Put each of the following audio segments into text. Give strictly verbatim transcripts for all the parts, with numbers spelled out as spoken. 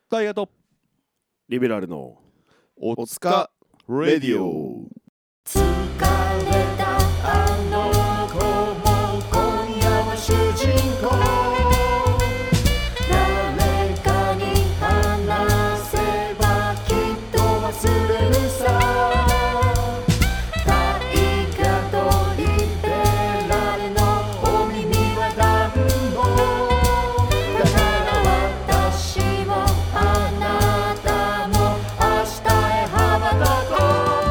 ダイヤとリベラルのおつかレディオ。 疲れたあの子も今夜は主人公。誰かに話せばきっと忘れるさ。大河とリベラルのお耳は暖房だから私もあなたも明日へ羽ばたこう。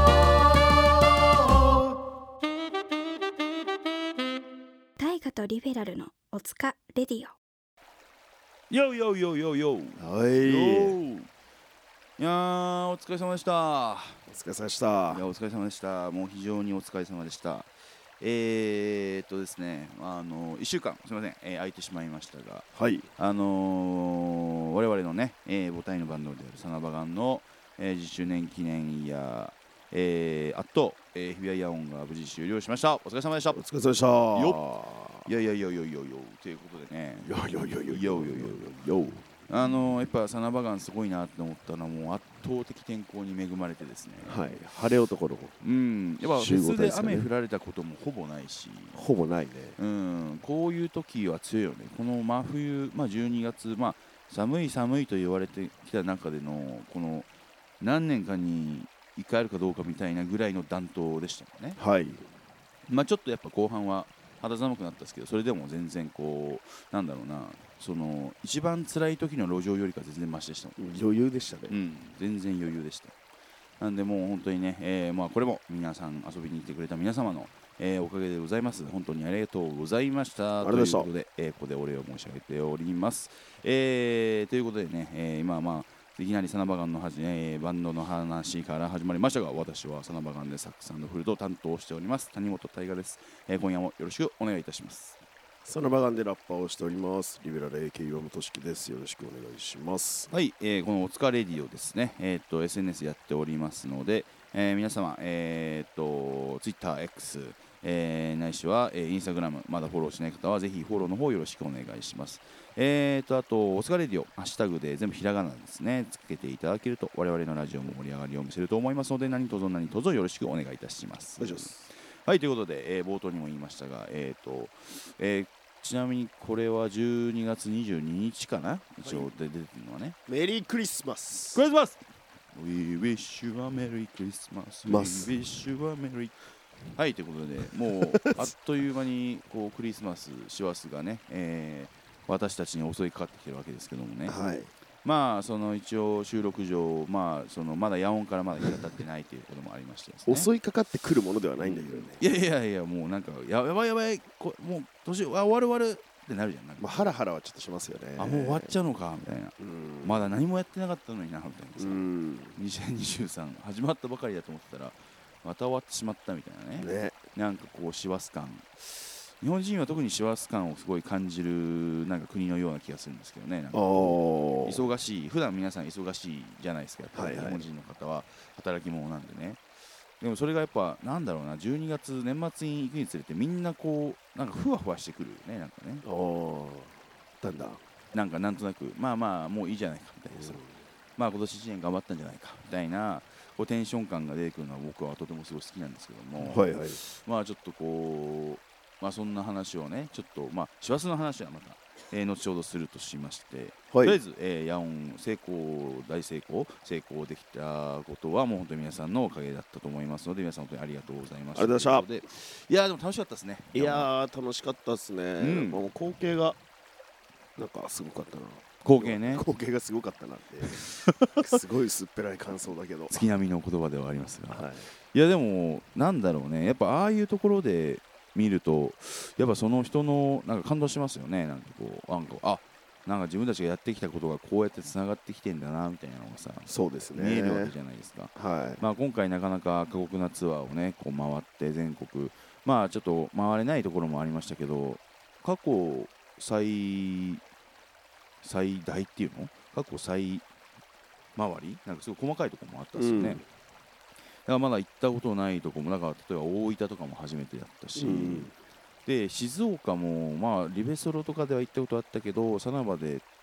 大河とリベラルのおつかレディオ。 ヨーヨーヨーヨーヨーはい、 ヨー。いやーお疲れ様でした。 お疲れ様でした。 いやお疲れ様でした。もう非常にお疲れ様でした。えーっとですねあのいっしゅうかんすみません、えー、空いてしまいましたが、 はいあのー、我々のね、えー、母体のバンドであるサナバガンの、えー、じゅっしゅうねん記念イヤー、えー、あっと、えー、日比谷野音が無事終了しました。お疲れ様でした。 お疲れ様でした。 よいやいやいやいやいやいやということでね、 よよよよよよよよあのー、やっぱサナバガンすごいなって思ったのはもう圧倒的天候に恵まれてですね、 はい、晴れ男の子うんやっぱフ集ェスで合体ですかね雨降られたこともほぼないし、 ほぼないね。 うんこういう時は強いよね。この真冬、まあ、じゅうにがつ、まあ、寒い寒いと言われてきた中でのこの何年かにいっかいあるかどうかみたいなぐらいの暖冬でしたもんね。 はい、 まあ、ちょっとやっぱ後半は肌寒くなったんですけど、それでも全然こうなんだろうな、その一番辛い時の路上よりか全然マシでしたもん。 余裕でしたね。 うん、全然余裕でした。なんでもう本当にね、えーまあ、これも皆さん遊びに来てくれた皆様の、えーおかげでございます。本当にありがとうございましたありがとうございましたということで、えーここでお礼を申し上げております。えーということでね、えー今まあいきなりサナバガンのはじ、えーバンドの話から始まりましたが、私はサナバガンでサックス&フルートを担当しております谷本大我です。えー今夜もよろしくお願いいたします。 サナバガンでラッパーをしておりますリベラル エーケー 岩本俊樹です。よろしくお願いします。 はい、えーこのおつかレディオですね、えー、と エスエヌエス やっておりますので、えー皆様、えー、と TwitterX、えー、ないしは、えー、Instagram まだフォローしない方はぜひフォローの方よろしくお願いします。えー、とあとおつかレディオハッシュタグで全部ひらがなですねつけていただけると我々のラジオも盛り上がりを見せると思いますので、何卒何卒よろしくお願いいたします。 お願いします。 はい、ということで、えー冒頭にも言いましたが、えーとえーちなみにこれはじゅうにがつにじゅうににちかな、一応で出てるのはね、 メリークリスマス。 クリスマス We wish you a Merry Christmas マ We ス wish you a Merry はい、ということでもうあっという間にこうクリスマス師走がね、えー私たちに襲いかかってきてるわけですけどもね、 はい、 まあその一応収録上、まあそのまだ夜音からまだ日が経ってないということもありましてですね、 襲いかかってくるものではないんだけどね。 いやいやいやもうなんかややばいやばいこもう年あ終わる終わるってなるじゃん。なんかまあ、ハラハラはちょっとしますよね。 あもう終わっちゃうのかみたいな、 うんまだ何もやってなかったのになみたいなさ、 うんにせんにじゅうさん始まったばかりだと思ってたらまた終わってしまったみたいなね。 ね、 なんかこう師走感、日本人は特に師走感をすごい感じるなんか国のような気がするんですけどね。なんかおー忙しい、普段皆さん忙しいじゃないですか、やっぱりはいはい日本人の方は働き者なんでね。でもそれがやっぱなんだろうな、じゅうにがつ年末に行くにつれてみんなこうなんかふわふわしてくるよね。なんかね、 おーだんだん、 なんかなんとなくまあまあもういいじゃないかみたいなさ、まあ今年いちねん頑張ったんじゃないかみたいなこうテンション感が出てくるのは僕はとてもすごい好きなんですけども、 はいはい、 まあちょっとこうまあそんな話をねちょっとまあ師走の話はまた、えー後ほどするとしまして、 はいとりあえず、えー、夜音成功大成功成功できたことはもう本当に皆さんのおかげだったと思いますので、皆さん本当にありがとうございました。 ありがとうございましたということで、いやーでも楽しかったですね。 いやー楽しかったですね、 んもう光景がなんかすごかったな。 光景ね、 光景がすごかったなってすごい薄っぺらい感想だけど、 月並みの言葉ではありますが、 はい、 いやでもなんだろうね、やっぱああいうところで見るとやっぱその人のなんか感動しますよね。なんかこうなんかあなんか自分たちがやってきたことがこうやってつながってきてんだなみたいなのがさそうですね、 見えるわけじゃないですか。 はい、 まあ、今回なかなか過酷なツアーをねこう回って全国まあちょっと回れないところもありましたけど、過去最最大っていうの過去最回りなんかすごい細かいところもあったんですよね、 うんだからまだ行ったことないところも、だから例えば大分とかも初めてだったし、 うんで静岡もまあリベソロとかでは行ったことあったけど、サナバでっ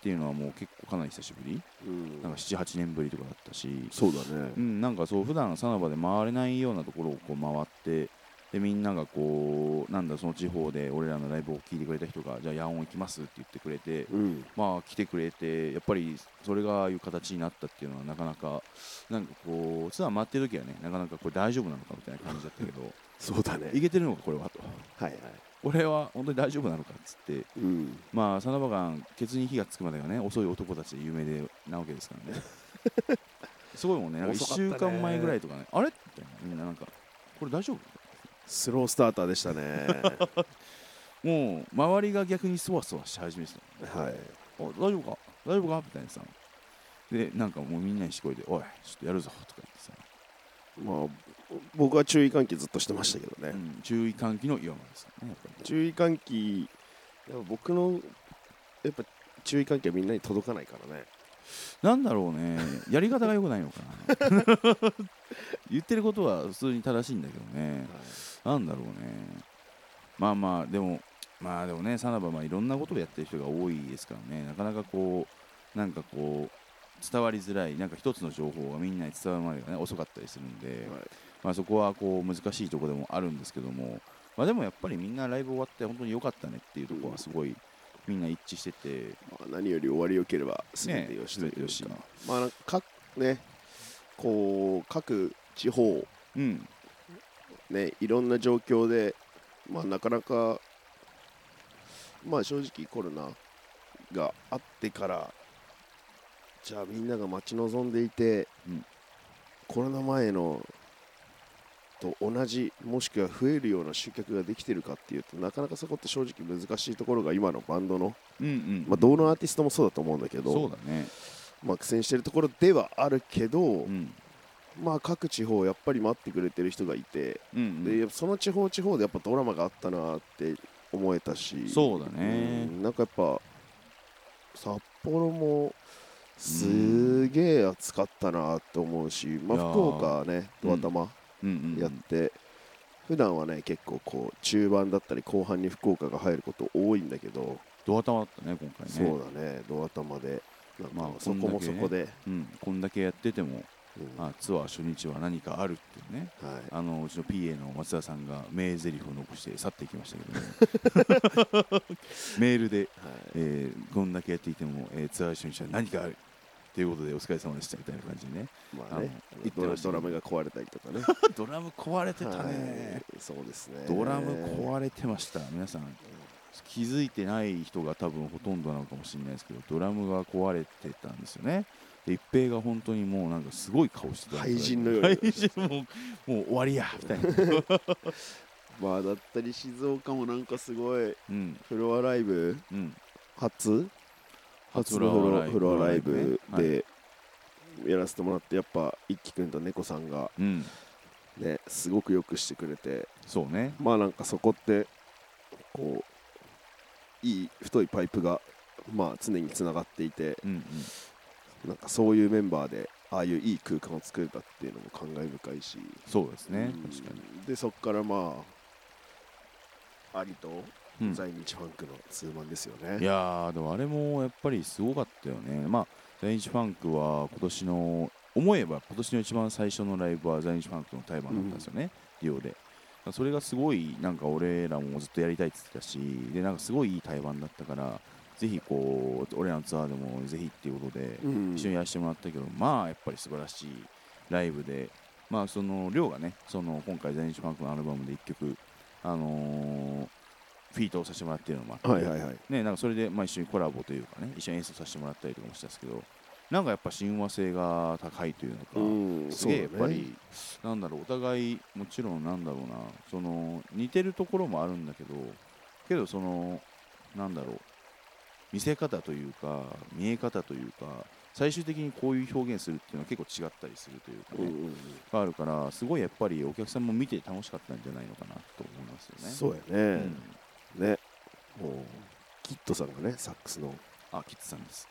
っていうのはもう結構かなり久しぶり、 うんなんかななはちねんぶりとかだったし、 そうだねう。ん、なんかそう普段サナバで回れないようなところをこう回って、でみんながこうなんだその地方で俺らのライブを聞いてくれた人がじゃあヤンオン行きますって言ってくれて、 うんまあ来てくれて、やっぱりそれがああいう形になったっていうのはなかなかなんかこうツアー回ってる時はねなかなかこれ大丈夫なのかみたいな感じだったけどそうだね。 いけてるのかこれはと、 はいはい。 俺は本当に大丈夫なのかっつって、 うんまあサナバガンケツに火がつくまでがね遅い男たちで有名でなわけですからねすごいもんね、なんかいっしゅうかんまえぐらいとかね、あれみたいな、みんななんかこれ大丈夫スロースターターでしたね。 もう周りが逆にそわそわし始めてた、 はい。 あ大丈夫か大丈夫かみたいなさ、でなんかもうみんなにしこいでおいちょっとやるぞとか言ってさ、 まあ僕は注意喚起ずっとしてましたけどね。 うん、注意喚起の岩間ですよねやっぱり。 注意喚起、やっぱ僕のやっぱ注意喚起はみんなに届かないからね。 なんだろうね、やり方が良くないのかな言ってることは普通に正しいんだけどね、なんだろうね、まあまあでもまあでもねサナバまあいろんなことをやってる人が多いですからね、なかなかこうなんかこう伝わりづらい、なんか一つの情報がみんなに伝わるまでがね遅かったりするんで、 はいまあそこはこう難しいところでもあるんですけども、まあでもやっぱりみんなライブ終わって本当に良かったねっていうところはすごいみんな一致してて、 まあ、何より終わりよければ全てよしというか、 ね全てよしまあなんか各ねこう各地方うんねいろんな状況でまあなかなかまあ正直コロナがあってからじゃあみんなが待ち望んでいて、 うんコロナ前のと同じもしくは増えるような集客ができてるかっていうとなかなかそこって正直難しいところが今のバンドの、 うんうんまあ、どのアーティストもそうだと思うんだけどそうだね、 まあ、苦戦してるところではあるけど、 うんまあ各地方やっぱり待ってくれてる人がいて、 うんうんでその地方地方でやっぱドラマがあったなって思えたし、 そうだねうんなんかやっぱ札幌もすげえ暑かったなって思うし、まあ、 いやー福岡はねドア玉うんうんうんやって、普段はね結構こう中盤だったり後半に福岡が入ること多いんだけど、 ドア玉だったね今回ね、 そうだねドア玉でなんかまあそこもそこで、 うん、こんだけやってても、 うんあツアー初日は何かあるっていうね、 はいあのうちの ピーエー の松田さんが名台詞を残して去っていきましたけど、ね、メールで、 はいえーこんだけやっていても、えーツアー初日は何かあるということでお疲れ様でしたみたいな感じでねまあねあの言ってドラましたねドラムが壊れたりとかねドラム壊れてたね、 はいそうですねドラム壊れてました皆さん気づいてない人が多分ほとんどなのかもしれないですけどドラムが壊れてたんですよね。で一平が本当にもうなんかすごい顔してた廃人のように廃人もうもう終わりやみたいなまあだったり静岡もなんかすごいうんフロアライブうん初初初のフロアイフロアライブはいでやらせてもらってやっぱ一輝くんと猫さんがうんねすごくよくしてくれてそうねまあなんかそこってこういい太いパイプがまあ常につながっていてうんうんなんかそういうメンバーでああいういい空間を作れたっていうのも感慨深いしそうですねうん確かにでそこからまあアリとうん在日ファンクのツーマンですよね、 いやーでもあれもやっぱりすごかったよね。まあ在日ファンクは今年の思えば今年の一番最初のライブは在日ファンクの対バンだったんですよね、リオで。それがすごいなんか俺らもずっとやりたいって言ってたし、でなんかすごいいい対バンだったからぜひこう俺らのツアーでもぜひっていうことでうん一緒にやらせてもらったけど、まあやっぱり素晴らしいライブで、まあその亮がねその今回在日ファンクのアルバムでいっきょくあのーフィートをさせてもらってるのもあって、 はいはいはいね、なんかそれでまあ一緒にコラボというかね一緒に演奏させてもらったりとかもしたんですけど、なんかやっぱ親和性が高いというのか、 うんすげえやっぱそうだねり、なんだろうお互いもちろんなんだろうなその似てるところもあるんだけどけどそのなんだろう見せ方というか見え方というか最終的にこういう表現するっていうのは結構違ったりするというかね、 うんうんうんがあるからすごいやっぱりお客さんも見て楽しかったんじゃないのかなと思いますよね。 そうやね、 うんねもうキッドさんがねサックスのあキッズさんです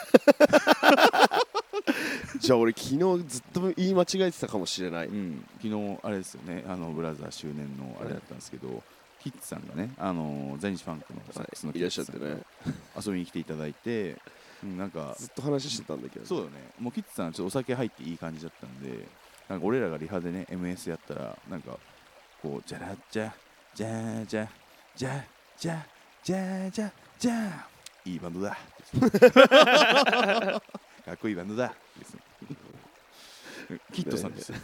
じゃあ俺昨日ずっと言い間違えてたかもしれない、 うん、昨日あれですよねあのブラザー周年のあれだったんですけど、キッズさんがねあの在日ファンクのサックスのいらっしゃってね遊びに来ていただいてうんなんかずっと話してたんだけど、 そうよね。もうキッズさんちょっとお酒入っていい感じだったんで、なんか俺らがリハでね エムエス やったらなんかこうじゃらじゃじゃじゃじゃじゃじゃじゃじゃいいバンドだかっこいいバンドだですねキッドさんですよ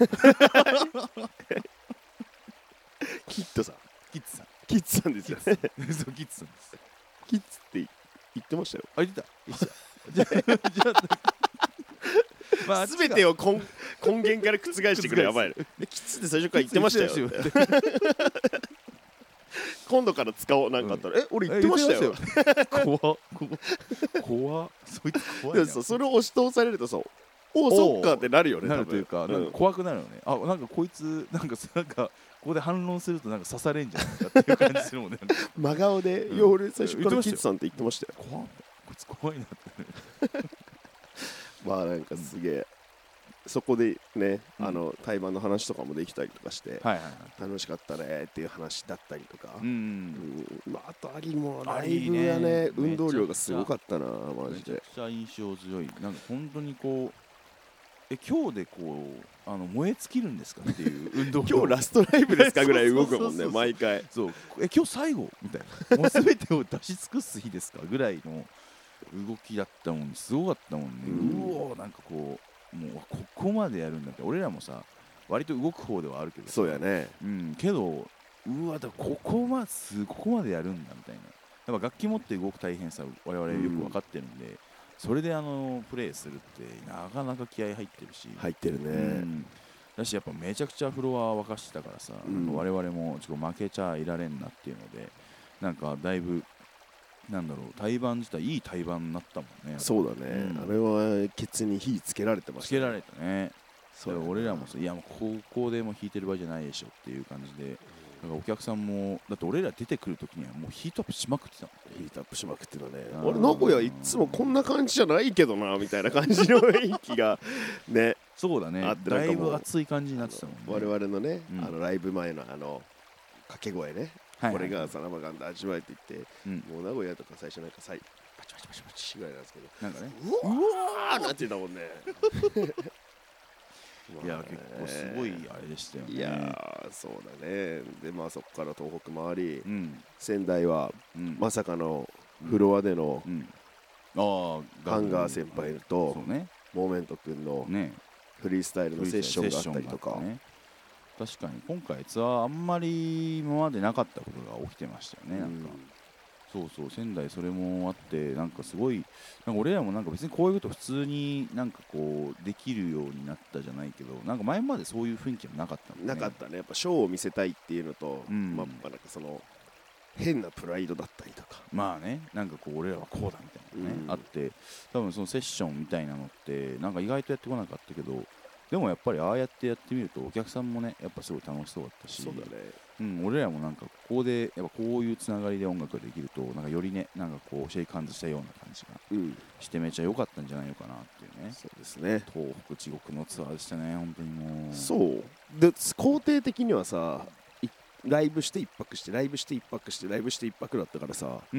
キッドさんキッズさんキッズさんですよねそうキッズさんですキッズって言ってましたよ。 あ言ってた言ってたじゃあじゃあまあ全てを根根源から覆してくるやばいね。キッズって最初から言ってましたよ今度から使おうなんかあったら、うん、え俺言ってましたよ怖っ怖っ怖っそいつ怖いな。 でもさそれを押し通されるとさおおそっかってなるよね。 なるというか、なんか怖くなるよね。あなんかこいつなんかなんかここで反論するとなんか刺されんじゃないかっていう感じするもんね真顔で、うん、いや俺最初からキッズさんって言ってましたよ。 怖っこいつ怖いなってまあなんかすげえそこでね、うん、あの対バンの話とかもできたりとかして、 はいはいはい、 楽しかったねっていう話だったりとか、 うんうんうんまあ、あとアリもライブやね、運動量がすごかったなマジで。 めちゃくちゃ印象強い。なんか本当にこうえ今日でこうあの燃え尽きるんですかっていう運動量今日ラストライブですかぐらい動くもんね毎回。 そうえ今日最後みたいなもう全てを出し尽くす日ですかぐらいの動きだったもん。すごかったもんね。う, うおなんかこうもうここまでやるんだって。俺らもさ割と動く方ではあるけどそうやね、 うん、けどうわだここまですここまでやるんだみたいな。やっぱ楽器持って動く大変さ我々よく分かってるんで、うん、それであのプレーするってなかなか気合入ってるし入ってるね、うん、 だしやっぱめちゃくちゃフロア沸かしてたからさ、うん、なんか我々もちょっと負けちゃいられんなっていうのでなんかだいぶなんだろう対バン自体いい対バンになったもんね。 そうだね、うん、あれはケツに火つけられてましたね。 つけられたね。それ俺らもさいやもう高校でも弾いてる場合じゃないでしょっていう感じで、なんかお客さんもだって俺ら出てくるときにはもうヒートアップしまくってたの。 ヒートアップしまくってたね。俺名古屋いつもこんな感じじゃないけどなみたいな感じの雰囲気がねそうだねあってだいぶ熱い感じになってたもんね。 我々のね、うん、あのライブ前のあの掛け声ね、はいはい、これがサナバガンで味わえていって、うん、もう名古屋とか最初なんかさいパチパチパチパチぐらいなんですけどなんかねうわーなってたもんねいや結構すごいあれでしたよね。 いやそうだね。でまあそこから東北回り、 うん、 仙台は、うん、まさかのフロアでの、うんうん、あハンガー先輩と、ね、モーメント君のフリースタイルのセッションがあったりとか、 ね、確かに今回ツアーあんまり今までなかったことが起きてましたよね。なんかそうそう仙台それもあってなんかすごいなんか俺らもなんか別にこういうこと普通になんかこうできるようになったじゃないけどなんか前までそういう雰囲気はなかったもんね。 なかったね。やっぱショーを見せたいっていうのと、うん、まあなんかその変なプライドだったりとかまあねなんかこう俺らはこうだみたいなね、うん、あって多分そのセッションみたいなのってなんか意外とやってこなかったけどでもやっぱりああやってやってみるとお客さんもねやっぱすごい楽しそうだったしそうだね、 うん、俺らもなんかここでやっぱこういうつながりで音楽ができるとなんかよりねなんかこうシェイクハンズしたような感じがしてめちゃ良かったんじゃないのかなっていうね。 そうですね。 東北地獄のツアーでしたね本当にもう。 そうで肯定的にはさライブして一泊してライブして一泊してライブして一泊だったからさ、 うん、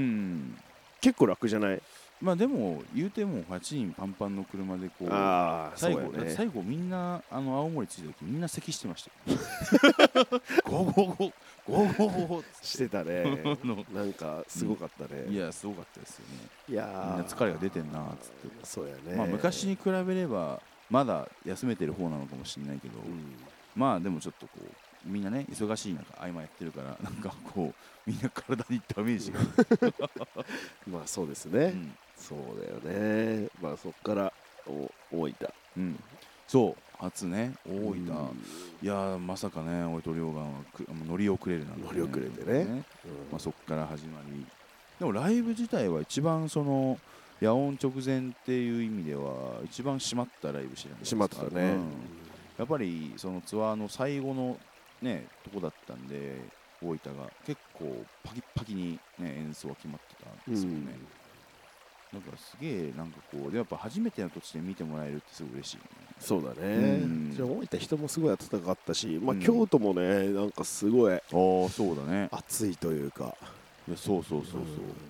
結構楽じゃない？ まあでも言うてもはちにんパンパンの車でこうあ最後、ね、最後みんなあの青森着いた時みんな咳してましたよゴーゴーゴーゴーゴーゴーしてたねなんかすごかったね、 うん、いやすごかったですよね。 いやみんな疲れが出てんなっつってそうやね。 まあ昔に比べればまだ休めてる方なのかもしれないけど、うん、まあでもちょっとこうみんなね忙しい中合間やってるからなんかこうみんな体にダメージがまあそうですね、うん、そうだよね。まあそっから大分、 うん、そう初ね大分、うん、いやまさかね俺と両岸は乗り遅れるなんて、ね、 乗り遅れてね、うんまあ、そっから始まりでもライブ自体は一番その夜音直前っていう意味では一番締まったライブしてるんですか。締まってたね、うん、 やっぱりそのツアーの最後のねとこだったんで大分が結構パキッパキに、ね、演奏が決まってたんですよね、うん、だからすげえなんかこうでやっぱ初めての土地で見てもらえるってすごい嬉しいよね。 そうだね、うん、じゃあ大分人もすごい暖かかったし、まあ、京都もねなんかすごいああそうだね暑いというかいやそうそうそうそう、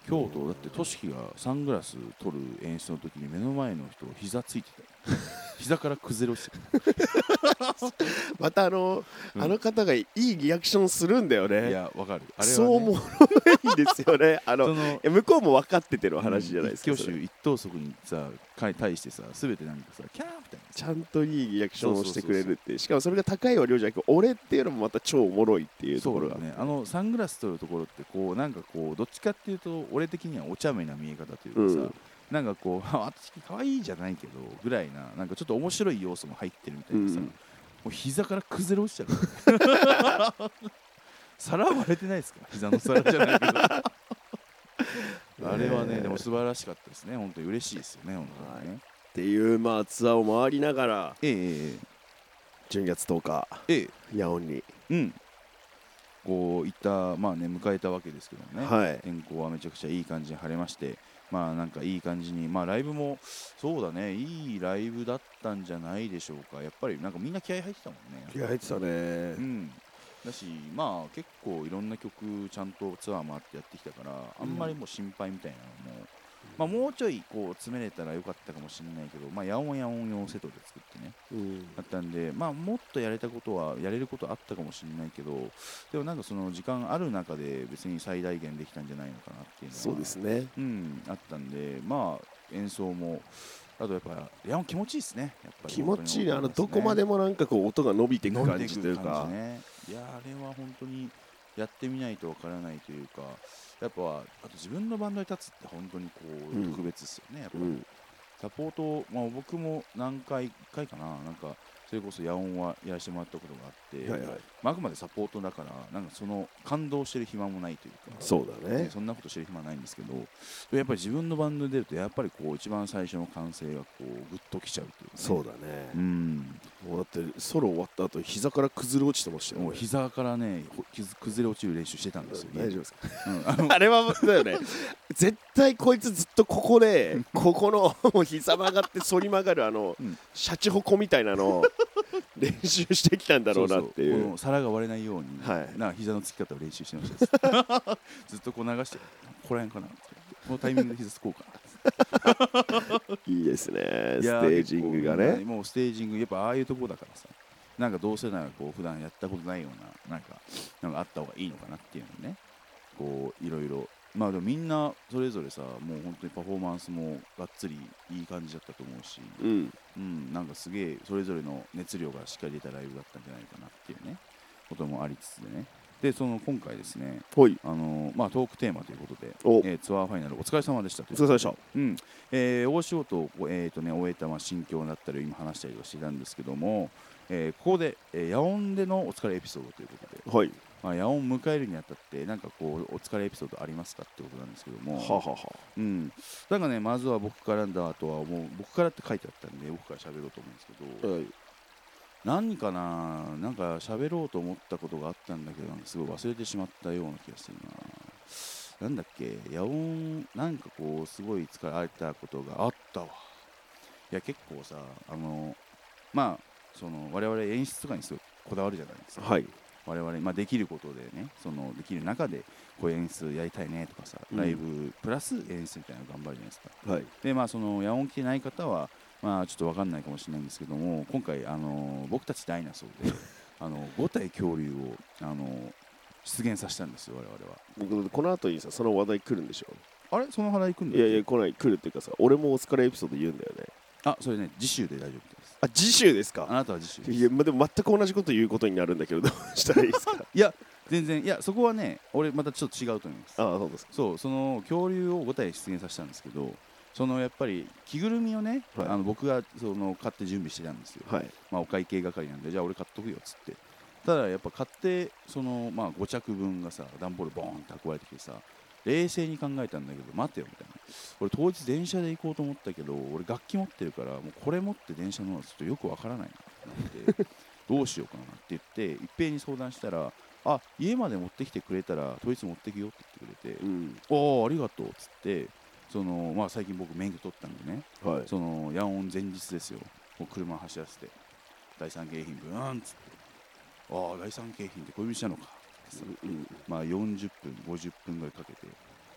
京都だってとしきがサングラス取る演出の時に目の前の人膝ついてた膝から崩れ落ちてまたあの、 うんあの方がいいリアクションするんだよたいね。 やわかるあれは、ね、 そうおもろいですよね。あのそのいや向こうも分かってての話じゃないですか、 一挙手一投足にさ対してさ全てなんかさキャーみたいなちゃんといいリアクションをしてくれるって、しかもそれが高いは量じゃなく俺っていうのもまた超おもろいっていうところがそうだね、あのサングラス取るところってこうなんかこうどっちかっていうと俺的にはお茶目な見え方というかさ、 うんなんかこうあ私可愛いじゃないけどぐらいななんかちょっと面白い要素も入ってるみたいなさ、 うんもう膝から崩れ落ちちゃうから皿割れてないですか膝の皿じゃないけどあれはねでも素晴らしかったですね本当に嬉しいですよね本当にね、 っていうまあツアーを回りながらえええじゅうにがつとおかえええヤオンに、 うんこういったまあね迎えたわけですけどもね、 はい天候はめちゃくちゃいい感じに晴れましてまあなんかいい感じにまあライブもそうだねいいライブだったんじゃないでしょうかやっぱりなんかみんな気合入ってたもんね気合入ってたね、 うんだしまあ結構いろんな曲ちゃんとツアーもあってやってきたからあんまりもう心配みたいなのも、まあ、もうちょいこう詰めれたらよかったかもしれないけどまあヤオンヤオン用セットで作ってねうんあったんで、まあ、もっとやれたことはやれることあったかもしれないけどでもなんかその時間ある中で別に最大限できたんじゃないのかなっていうのはそうですね、 うん、あったんでまあ演奏もあとやっぱヤオン気持ちいいですねやっぱり気持ちいいね、あのどこまででもなんかこう音が伸びていく感じというか、 ね、いやあれは本当にやってみないとわからないというかやっぱあと自分のバンドに立つって本当にこう、 うん特別ですよねやっぱり、 うんサポート、まあ、僕も何回回かななんかそれこそヤオンはやらせてもらったことがあって、 はいはい、 まあ、あくまでサポートだからなんかその感動してる暇もないというかそうだね、 ねそんなことしてる暇はないんですけどやっぱり自分のバンドに出るとやっぱりこう一番最初の完成がこうグッときちゃうというか、ね、 そうだね、 うんもうだってソロ終わった後膝から崩れ落ちてましたよね。 もう膝からねほ崩れ落ちる練習してたんですよ、 大丈夫ですか、 うんあのあれはだよね絶対こいつずっとここでここのもう膝曲がって反り曲がるあの、 うんシャチホコみたいなのを練習してきたんだろうなっていう。 そうそうこの皿が割れないように、 はいな膝のつき方を練習してましたずっとこう流してここら辺かなってこのタイミングで膝つこうかいいですねステいやージングがね。 もうステージングやっぱああいうところだからさなんかどうせならこう普段やったことないようななんかなんかあった方がいいのかなっていうのねこういろいろまあでもみんなそれぞれさもう本当にパフォーマンスもがっつりいい感じだったと思うし、 うんうん、なんかすげえそれぞれの熱量がしっかり出たライブだったんじゃないかなっていうねこともありつつでねでその今回ですねほいあのーまあ、トークテーマということで、 おえーツアーファイナルお疲れ様でしたというお疲れ様でした。 うんえー大仕事を、えーとね、終えたまあ心境だったり今話したりはしてたんですけども、えーここで、えー、ヤオンでのお疲れエピソードということで、 はいまあ、ヤオンを迎えるにあたってなんかこうお疲れエピソードありますかってことなんですけどもはははうん、なんかねまずは僕からだとは思う僕からって書いてあったんで僕から喋ろうと思うんですけど、 はい何かななんか喋ろうと思ったことがあったんだけどなんかすごい忘れてしまったような気がするななんだっけヤオンなんかこうすごい疲れたことがあったわいや結構さあのまあその我々演出とかにすごいこだわるじゃないですか、 はい我々、まあ、できることでねそのできる中でこういう演出やりたいねとかさ、 うんライブプラス演出みたいなの頑張るじゃないですかはいでまあそのヤオン来てない方はまあちょっと分かんないかもしれないんですけども今回あの僕たちダイナソーであのご体恐竜をあの出現させたんですよ我々は僕この後にさその話題来るんでしょ。 あれその話行くんだいやいや来ない来るっていうかさ俺もお疲れエピソード言うんだよね。 あそれね次週で大丈夫ですあ次週ですあか。 なたは次週ですいや、まあ、でも全く同じこと言うことになるんだけどどうしたらいいですか。 いや全然いやそこはね俺またちょっと違うと思いますああそうですか。 そうその恐竜をご体出現させたんですけどそのやっぱり着ぐるみをね、 はいあの僕がその買って準備してたんですよ、 はいまあ、お会計係なんでじゃあ俺買っとくよっつってただやっぱ買ってその、まあ、ご着分がさ段ボールボーンって運ばれてきてさ冷静に考えたんだけど待てよみたいな俺当日電車で行こうと思ったけど俺楽器持ってるからもうこれ持って電車乗るのちょっとよくわからないなってなってどうしようかなって言っていっぺんに相談したらあ家まで持ってきてくれたら当日持ってくよって言ってくれて、 うんおーありがとうっつってその、まあ、最近僕免許取ったんでねはいそのヤオン前日ですよもう車走らせて第三京浜ブーンっつってああ第三京浜ってこういう道なのかうんまあよんじゅっぷんごじゅっぷんぐらいかけて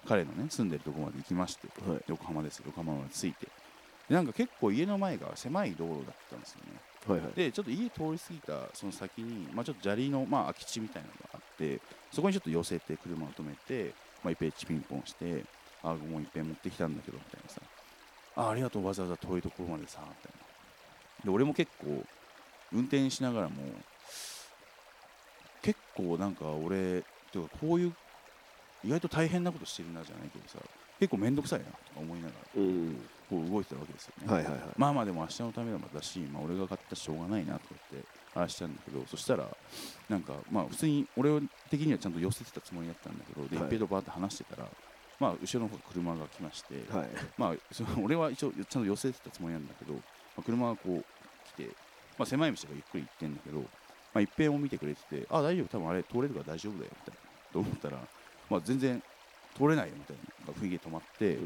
彼のね住んでるところまで行きまして、 はい、 横浜です横浜まで着いて、でなんか結構家の前が狭い道路だったんですよね。 はいはい、 でちょっと家通り過ぎたその先に、まあ、ちょっと砂利の、まあ、空き地みたいなのがあって、そこにちょっと寄せて車を止めて、まあ、一平チピンポンして、あもう一平持ってきたんだけどみたいなさ、あありがとうわざわざ遠いところまでさみたいな。で俺も結構運転しながらも結構なんか俺てかこういう意外と大変なことしてるなじゃないけどさ、結構めんどくさいなとか思いながら、うん、こう動いてたわけですよね。 はいはいはい、まあまあでも明日のためだだし、まあ、俺が買ったらしょうがないなとか言って話したんだけど、そしたらなんかまあ普通に俺的にはちゃんと寄せてたつもりだったんだけど、で、はい、一平とバーって話してたら、まあ後ろの方車が来まして、はい、まあその俺は一応ちゃんと寄せてたつもりなんだけど、まあ、車がこう来て、まあ、狭い道がゆっくり行ってんだけど、まあ、一平も見てくれてて、あ大丈夫多分あれ通れるから大丈夫だよみたいなと思ったら、まあ、全然通れないよみたいな雰囲気で止まって、うん、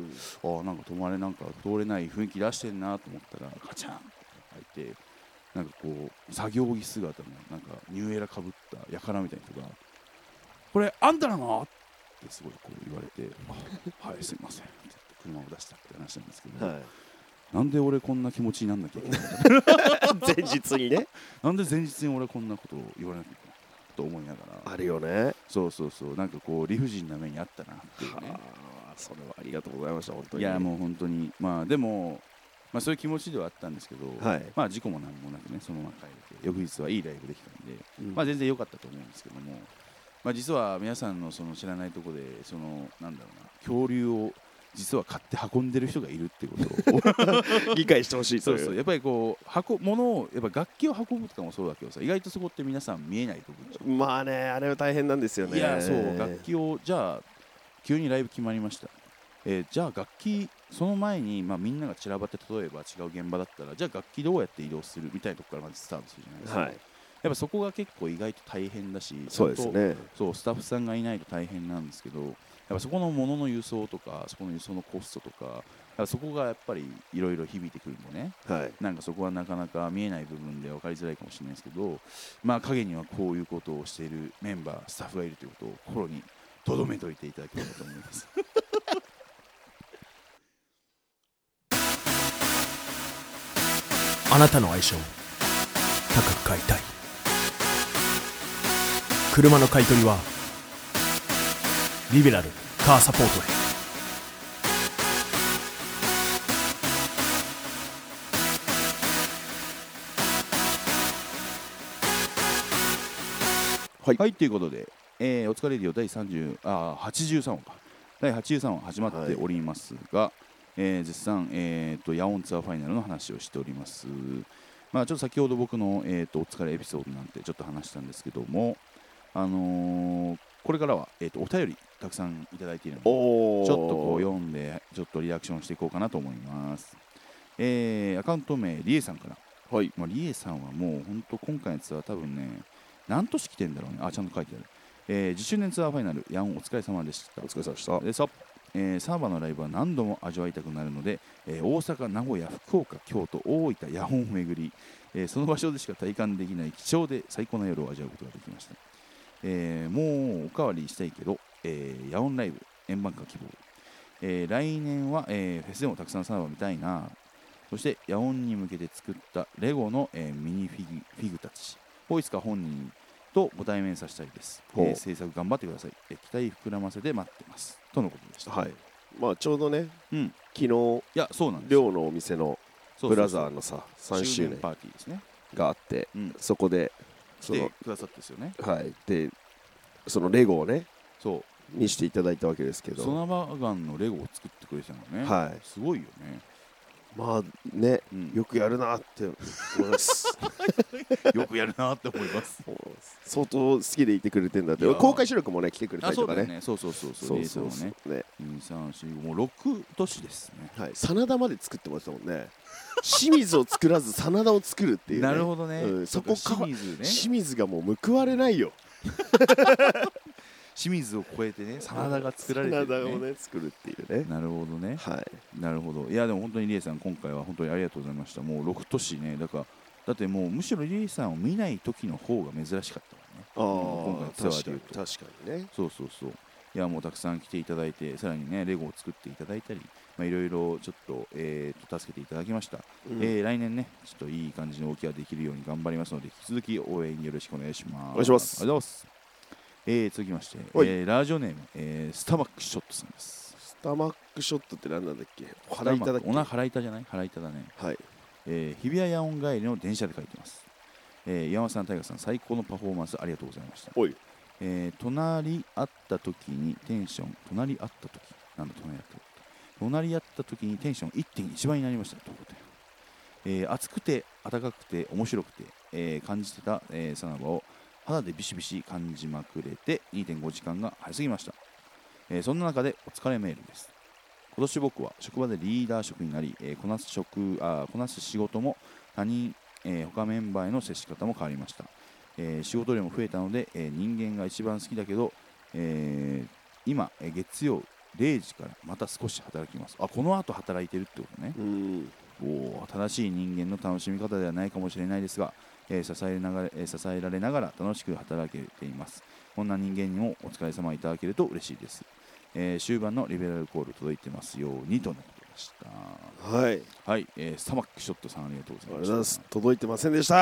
あなんか止まれなんか通れない雰囲気出してんなと思ったらカチャンって開いて、なんかこう作業着姿のなんかニューエラかぶったやからみたいな人がこれあんたなのってすごいこう言われてあはいすいませんって言って車を出したって話なんですけど、はい、なんで俺こんな気持ちになんなきゃいけないの前日にねなんで前日に俺こんなことを言われなきゃいけないと思いながら、 あるよね。 そうそうそう、なんかこう理不尽な目にあったなっていうね。 それはありがとうございました本当に。 いやもう本当にまあでもまあそういう気持ちではあったんですけど、はい、まあ事故もなんもなくねそのまま帰れて翌日はいいライブできたんで、うん、まあ全然良かったと思うんですけども、まあ実は皆さんのその知らないところでそのなんだろうな恐竜を実は買って運んでる人がいるってことを理解してほしいという。 そうそうやっぱりこう運物をやっぱ楽器を運ぶとかもそうだけどさ、意外とそこって皆さん見えない部分でしょ。 まあねあれは大変なんですよね。 いやそう楽器をじゃあ急にライブ決まりました、えー、じゃあ楽器その前に、まあ、みんなが散らばって例えば違う現場だったらじゃあ楽器どうやって移動するみたいなところからまずスタートするじゃないですか、はい、やっぱそこが結構意外と大変だし、 そうですね、 そうスタッフさんがいないと大変なんですけど、やっぱそこの物の輸送とかそこの輸送のコストとか、やっぱそこがやっぱりいろいろ響いてくるんでね、はい、なんかそこはなかなか見えない部分で分かりづらいかもしれないですけど、まあ陰にはこういうことをしているメンバースタッフがいるということを心に留めておいていただければと思いますあなたの愛車を高く買いたい。車の買い取りはリベラルカーサポートへ。 はい、はい、ということで、えー、お疲れレディオ第さんじゅうあはちじゅうさんわかだいはちじゅうさんわ始まっておりますが、はい、えー、絶賛、えー、とヤオンツアーファイナルの話をしております。まあ、ちょっと先ほど僕の、えー、とお疲れエピソードなんてちょっと話したんですけども、あのー、これからは、えー、とお便りたくさんいただいているのでちょっとこう読んでちょっとリアクションしていこうかなと思います。えー、アカウント名リエさんから、はい、まあ、リエさんはもう本当今回のツアー多分ね何年来てんだろうね。あちゃんと書いてある、えー、じゅっしゅうねんツアーファイナルヤオンお疲れ様でした。 お疲れ様でしたでさえー、サーバーのライブは何度も味わいたくなるので、えー、大阪、名古屋、福岡、京都、大分、ヤオンを巡り、えー、その場所でしか体感できない貴重で最高な夜を味わうことができました。えー、もうおかわりしたいけど、えー、ヤオンライブ円盤化希望、えー、来年は、えー、フェスでもたくさんサーバー見たいな。そしてヤオンに向けて作ったレゴの、えー、ミニフィグ、フィグたちをいつか本人とご対面させたいです、えー、制作頑張ってください、えー、期待膨らませて待ってますとのことでした。 はい、まあ、ちょうどね、うん、昨日いやそうなんです寮のお店のブラザーのささんしゅうねんパーティーですねがあって、うん、そこで来てくださったんですよね。 はい、でそのレゴをねそう見せていただいたわけですけど、 ソナバガンのレゴを作ってくれてたのね、はい、すごいよね。 まあね、うん、よくやるなって思いますよくやるなって思います相当好きでいてくれてんだって。公開収録もね来てくれたりとかね。 そうそうそうそうそうそうそうね。にさんしもうろく都市ですね。 はい、真田まで作ってましたもんね清水を作らず真田を作るっていう、ね、 なるほどね、うん、 そこか清水ね、清水がもう報われないよ清水を超えてね真田が作られてる、ね、 真田をね作るっていうね。 なるほどね、 はい、なるほど。 いやでも本当にリエさん今回は本当にありがとうございました。もうろく都市ね、だからだってもうむしろリエさんを見ない時の方が珍しかったもんね。 ああ、今回ツアーでいうと確かにね。 そうそうそう。 いやもうたくさん来ていただいて、さらにねレゴを作っていただいたり、まあ、いろいろちょっと、えー、と助けていただきました、 うんえー来年ねちょっといい感じの動きができるように頑張りますので、引き続き応援よろしくお願いします。 お願いしますありがとうございます。えー、続きまして、 はいえーラジオネーム、えースタマックショットさんです。 スタマックショットって何なんだっけ？腹板だっけ？ おな腹板じゃない？腹板だね。 はい。 えー日比谷野音帰りの電車で書いてます。えー、岩間さん、大河さん、最高のパフォーマンスありがとうございました。 おい。 えー隣会った時にテンション、隣会った時、なんだ隣会った時、隣会った時にテンション いってんいち 倍になりましたということで、えー熱くて、暖かくて、面白くて、えー感じてた、えー、サナバを肌でビシビシ感じまくれて にてんごじかんが早すぎました。えーそんな中でお疲れメールです。今年僕は職場でリーダー職になり、えーこなす職あこなす仕事も他人、えー他メンバーへの接し方も変わりました。えー仕事量も増えたので、えー人間が一番好きだけど、えー今、えー月曜れいじからまた少し働きます。あ、この後働いてるってことね。 うん。 おー、正しい人間の楽しみ方ではないかもしれないですが、えー支えながらえー支えられながら楽しく働けています。こんな人間にもお疲れ様いただけると嬉しいです。えー終盤のリベラルコール届いてますようにとのことでした。 はい。 はい、えースタマックショットさんありがとうございました。 ありがとうございます。届いてませんでした。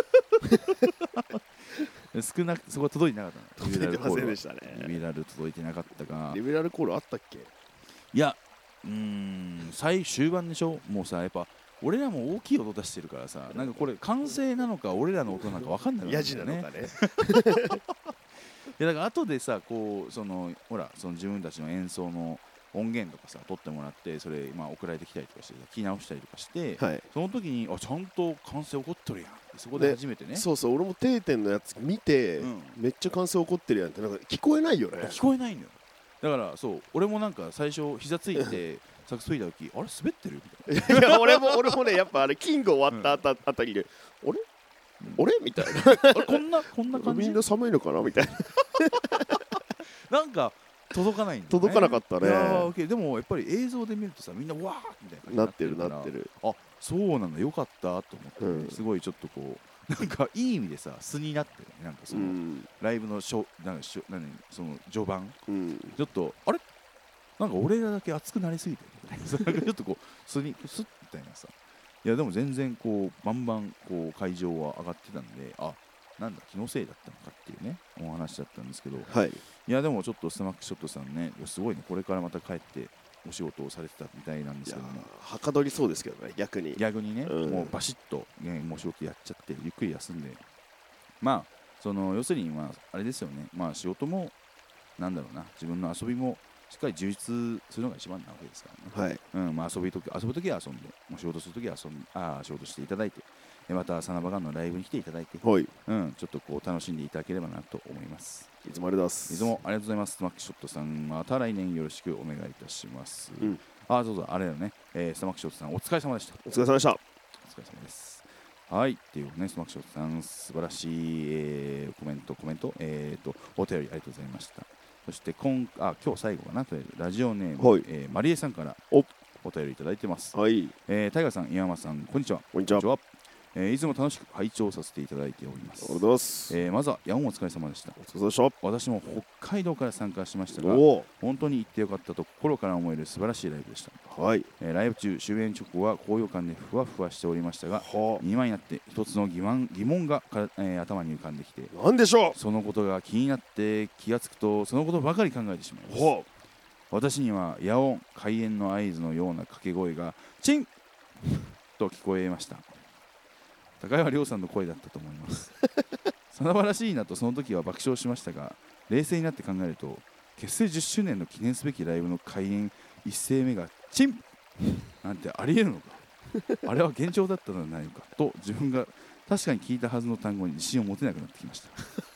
少なくそこは届いてなかったの。 届いてませんでししたね。 リベラル届いてなかったかリ。ベラルコールあったっけ？ いや、うーん、最終盤でしょ。もうさ、やっぱ俺らも大きい音出してるからさ、なんかこれ完成なのか俺らの音なのか分かんないんだよね。 ヤジなのかね。 いやだから後でさ、こうそのほらその自分たちの演奏の音源とかさ取ってもらって、それまあ送られてきたりとかして聞き直したりとかして、 はい。 その時にあちゃんと完成起こっとるやん。そこで初めてね。 そうそう、俺も定点のやつ見て、 うんめっちゃ歓声起こってるやんってなんか聞こえないよね。 聞こえないんだよ。だからそう俺もなんか最初膝ついてサックス吹いた時あれ滑ってるみたいな。 いや俺も俺もねやっぱあれキング終わったあた,、あたりで、あれ俺みたいな。 あれこんなこんな感じみんな寒いのかなみたいな。 なんか届かないんだよね。 届かなかったねいやー OK でもやっぱり映像で見るとさみんなわーみたいな感じになってるからなってる。 あそうなんだよかったと思って、 うんすごいちょっとこうなんかいい意味でさ素になってるね。なんかそうの、 んライブのしょなんかしょ何その序盤うん。 ちょっとあれなんか俺らだけ熱くなりすぎてるみたいなそうなんかちょっとこう素にスッみたいなさ。いやでも全然こうバンバンこう会場は上がってたんで、あなんだ気のせいだったのかっていうねお話だったんですけど、 はい。 いやでもちょっとスタマックショットさんねすごいね、これからまた帰ってお仕事をされてたみたいなんでいやすけども、 はかどりそうですけどね逆に。 逆にね、 うんもうバシッと、ね、もう仕事やっちゃってゆっくり休んで、まあその要するにまああれですよね、まあ仕事もなんだろうな、自分の遊びもしっかり充実するのが一番なわけですからね。 はい。 うんまあ、遊びとき遊ぶときは遊んで、もう仕事するときは遊んあ仕事していただいて、でまたサナバガンのライブに来ていただいて、 はい。 うん、ちょっとこう楽しんでいただければなと思います。 いつもありがとうございます。 いつもありがとうございます。スマックショットさん、また来年よろしくお願いいたします。 うんあ、そうだ、あれだよね、えー、スマックショットさん、お疲れ様でした。 お疲れ様でした。 お疲れ様です。はい、っていうね、スマックショットさん、素晴らしい、えーコメント、コメント、えーと、お便りありがとうございました。そして今、あ今日最後かなというラジオネーム、 はいえーマリエさんからおお便りいただいてます。 はい。 えー、タイガーさん、岩間さん、こんにちは。 こんにちは。ありがとうえーいつも楽しく拝聴させていただいております。 ございます。 えーまずは、ヤオンお疲れ様でした。 お疲れ様でした。 私も北海道から参加しましたが、 おお。 本当に行ってよかったと心から思える素晴らしいライブでした。 はい。 えーライブ中、終演直後は高揚感でふわふわしておりましたが、 は今になって一つの疑問疑問がか、えー頭に浮かんできて、 あ。なんでしょそのことが気になって気がつくと、そのことばかり考えてしまいます。 う。は私には野音、開演の合図のような掛け声がチンと聞こえました。高山亮さんの声だったと思います。さなばらしいなとその時は爆笑しましたが、冷静になって考えると、結成じゅっしゅうねんの記念すべきライブの開演一声目がチンなんてありえるのか、あれは幻聴だったのではないのかと自分が確かに聞いたはずの単語に自信を持てなくなってきました。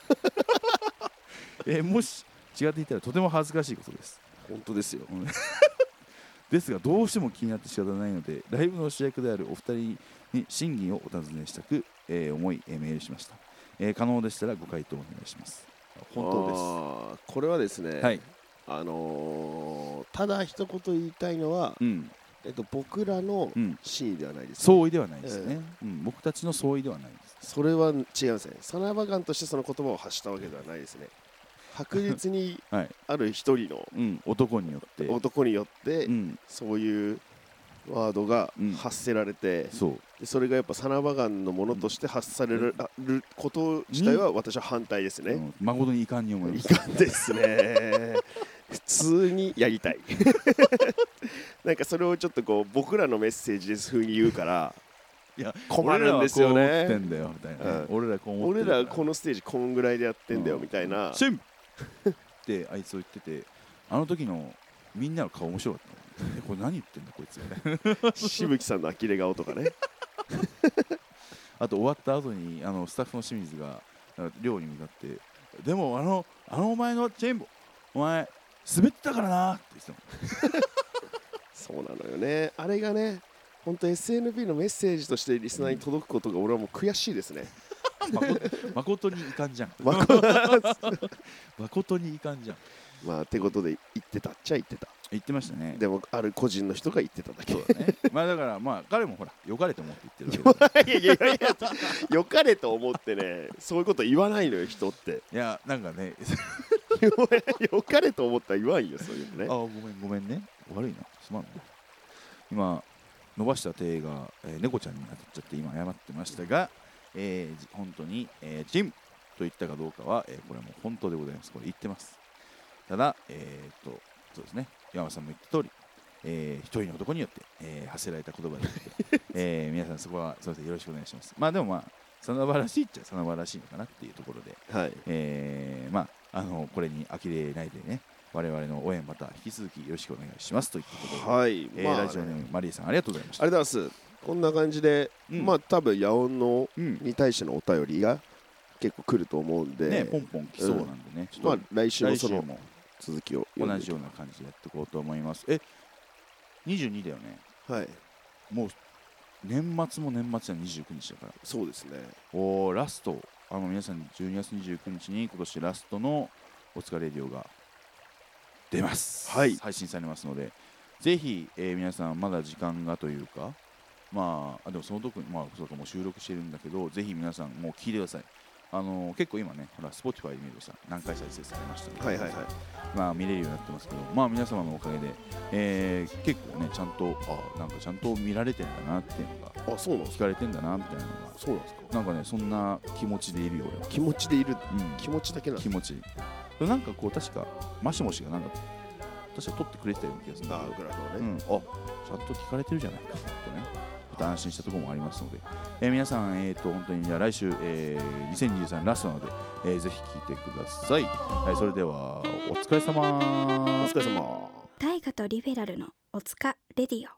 えーもし違っていたらとても恥ずかしいことです。 本当ですよ。 ですがどうしても気になって仕方ないので、ライブの主役であるお二人に審議をお尋ねしたく、えー思い、えーメールしました。えー可能でしたらご回答お願いします。本当です。 あーこれはですね、 はい。 あのーただ一言言いたいのは、 うん。 えっと、僕らのうん。 真意ではないです、ね相違ではないですね。うん。僕たちの相違ではないです。 それは違いますね。サナバガンとしてその言葉を発したわけではないですね。 白日にはいある一人のうん、男によって男によってうんそういうワードがうん発せられて、 そうでそれがやっぱサナバガンのものとして発されること自体は私は反対ですね。 うん誠に遺憾に思います。 いかんですね。普通にやりたい。なんかそれをちょっとこう僕らのメッセージです風に言うからいや困るんですよね。 俺らはこう思ってんだよみたいなね、 うん俺らこう思って俺るかららこのステージこんぐらいでやってんだよみたいな。 シンってあいつを言ってて、あの時のみんなの顔面白かったの。えこれ何言ってんだこいつみたいな。 しぶきさんの呆れ顔とかね。 あと終わった後にあのスタッフの清水が寮に向かってでもあのあのお前のチェーンボお前滑ってたからなって言ってたの。 そうなのよね。あれがね本当 エスエヌピー のメッセージとしてリスナーに届くことが俺はもう悔しいですね。 誠にいかんじゃん。 ま誠にいかんじゃん。 まあってことで言ってたっちゃ言ってた。 言ってましたね。 でもある個人の人が言ってただけ。 そうだね。まあだからまあ彼もほら良かれと思って言ってるわけで。 いやいやいやよかれと思ってねそういうこと言わないのよ人って。 いやなんかねよかれと思ったら言わんよそういうのね。 あごめんごめんね悪いなすまんな。今伸ばした手が、えー、猫ちゃんに当たっちゃって今謝ってましたが、えー、本当に、えー、ジムと言ったかどうかは、えー、これはもう本当でございます。これ言ってます。ただえー、っとそうですね山さんも言った通り、えー、一人の男によって、えー、発せられた言葉で、えー、皆さんそこはすみませんよろしくお願いします。まあでもまあサナバらしいっちゃサナバらしいのかなっていうところで、 はいえー、まああのこれに呆れないでね我々の応援また引き続きよろしくお願いしますといったところで、 はい、 えーまあねラジオネームマリーさんありがとうございました。 ありがとうございます。こんな感じで、 うんまあ多分野音のうんに対してのお便りが結構来ると思うんで、 ねポンポン来そうなんでね、ちょっとまあ来週もその来週も続きを読んで同じような感じでやっていこうと思います。えにじゅうにだよね。 はいもう年末も年末はにじゅうくにちだから。 そうですね。 おーラストあの皆さんじゅうにがつにじゅうくにちに今年ラストのおつかレディオが出ます、 はい配信されますのでぜひ、えー皆さんまだ時間がというかまああでもその時まあそうかもう収録してるんだけどぜひ皆さんもう聞いてください。あのー結構今ねほら Spotify で見るとさ何回再生されましたとかはいはいはい。 まあ見れるようになってますけどまあ皆様のおかげで、えー結構ねちゃんとあなんかちゃんと見られてんだなっていうのがあそうなんですか。 聞かれてんだなみたいなのがそうなんですか。 なんかねそんな気持ちでいるよ俺は。 気持ちでいる、 うん気持ちだけなん気持ちなんかこう確かマシモシがなんか確か撮ってくれてたような気がするんだあけどグラフをね、 うん、あちゃんと聞かれてるじゃないかとねまた安心したところもありますので、えー皆さん、えー、と本当にじゃあ来週、えー、にせんにじゅうさんラストなので、えーぜひ聞いてください、はい、それではお疲れ様お疲れ様。 大河とリベラルのおつかレディオ。